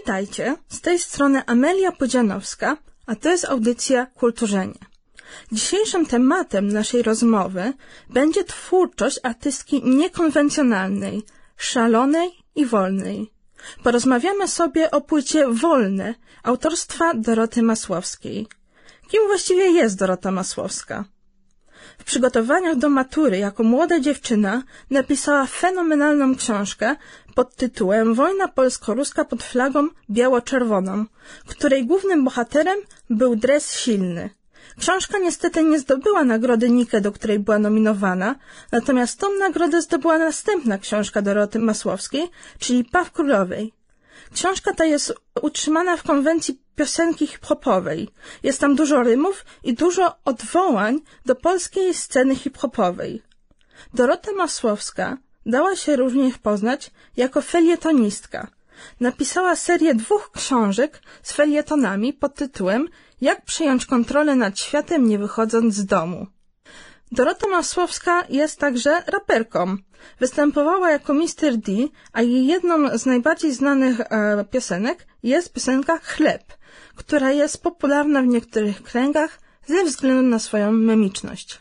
Witajcie, z tej strony Amelia Pudzianowska, a to jest audycja Kulturzenie. Dzisiejszym tematem naszej rozmowy będzie twórczość artystki niekonwencjonalnej, szalonej i wolnej. Porozmawiamy sobie o płycie Wolne autorstwa Doroty Masłowskiej. Kim właściwie jest Dorota Masłowska? W przygotowaniach do matury jako młoda dziewczyna napisała fenomenalną książkę pod tytułem Wojna polsko-ruska pod flagą biało-czerwoną, której głównym bohaterem był dres silny. Książka niestety nie zdobyła nagrody Nike, do której była nominowana, natomiast tą nagrodę zdobyła następna książka Doroty Masłowskiej, czyli Paw Królowej. Książka ta jest utrzymana w konwencji piosenki hip-hopowej. Jest tam dużo rymów i dużo odwołań do polskiej sceny hip-hopowej. Dorota Masłowska dała się również poznać jako felietonistka. Napisała serię 2 książek z felietonami pod tytułem Jak przejąć kontrolę nad światem, nie wychodząc z domu. Dorota Masłowska jest także raperką. Występowała jako Mr. D, a jej jedną z najbardziej znanych piosenek jest piosenka Chleb, która jest popularna w niektórych kręgach ze względu na swoją memiczność.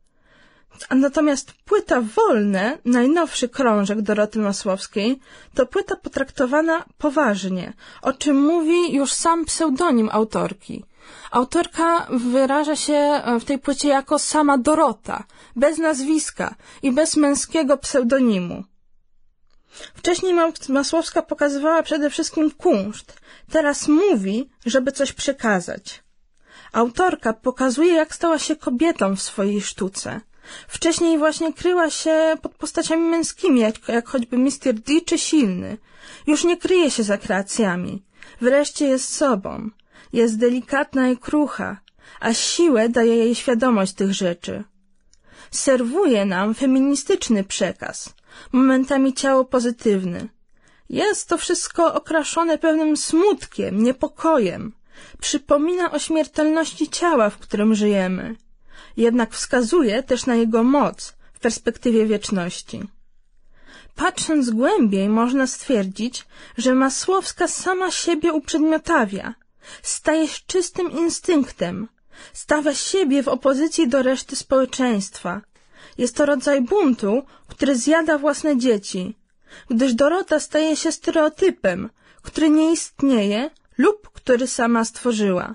Natomiast płyta Wolne, najnowszy krążek Doroty Masłowskiej, to płyta potraktowana poważnie, o czym mówi już sam pseudonim autorki. Autorka wyraża się w tej płycie jako sama Dorota, bez nazwiska i bez męskiego pseudonimu. Wcześniej Masłowska pokazywała przede wszystkim kunszt, teraz mówi, żeby coś przekazać. Autorka pokazuje, jak stała się kobietą w swojej sztuce. Wcześniej właśnie kryła się pod postaciami męskimi, jak choćby Mr. D czy Silny. Już nie kryje się za kreacjami. Wreszcie jest sobą. Jest delikatna i krucha, a siłę daje jej świadomość tych rzeczy. Serwuje nam feministyczny przekaz, momentami ciało pozytywny. Jest to wszystko okraszone pewnym smutkiem, niepokojem. Przypomina o śmiertelności ciała, w którym żyjemy. Jednak wskazuje też na jego moc w perspektywie wieczności. Patrząc głębiej, można stwierdzić, że Masłowska sama siebie uprzedmiotawia, staje się czystym instynktem, stawia siebie w opozycji do reszty społeczeństwa. Jest to rodzaj buntu, który zjada własne dzieci, gdyż Dorota staje się stereotypem, który nie istnieje lub który sama stworzyła.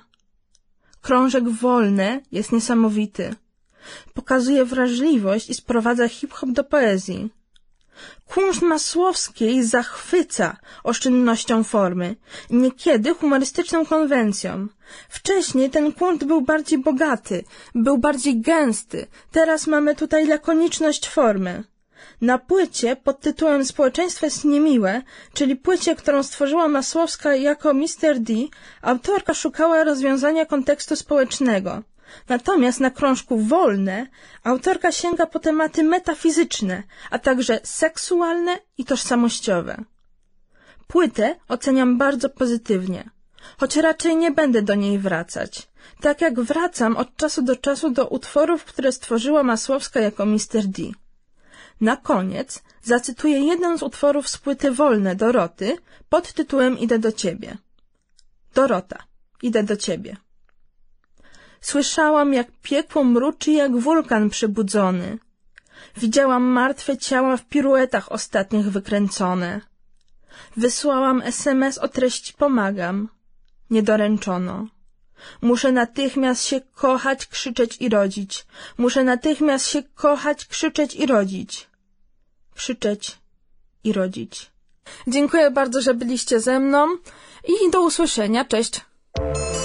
Krążek Wolne jest niesamowity. Pokazuje wrażliwość i sprowadza hip-hop do poezji. Kunszt Masłowskiej zachwyca oszczędnością formy, niekiedy humorystyczną konwencją. Wcześniej ten kunszt był bardziej bogaty, był bardziej gęsty, teraz mamy tutaj lakoniczność formy. Na płycie pod tytułem Społeczeństwo jest niemiłe, czyli płycie, którą stworzyła Masłowska jako Mr. D, autorka szukała rozwiązania kontekstu społecznego. Natomiast na krążku Wolne autorka sięga po tematy metafizyczne, a także seksualne i tożsamościowe. Płytę oceniam bardzo pozytywnie, choć raczej nie będę do niej wracać, tak jak wracam od czasu do czasu do utworów, które stworzyła Masłowska jako Mr. D. Na koniec zacytuję jeden z utworów z płyty Wolne Doroty pod tytułem Idę do ciebie. Dorota, idę do ciebie. Słyszałam, jak piekło mruczy, jak wulkan przebudzony. Widziałam martwe ciała w piruetach ostatnich wykręcone. Wysłałam SMS o treści pomagam. Nie doręczono. Muszę natychmiast się kochać, krzyczeć i rodzić. Muszę natychmiast się kochać, krzyczeć i rodzić. Krzyczeć i rodzić. Dziękuję bardzo, że byliście ze mną i do usłyszenia. Cześć!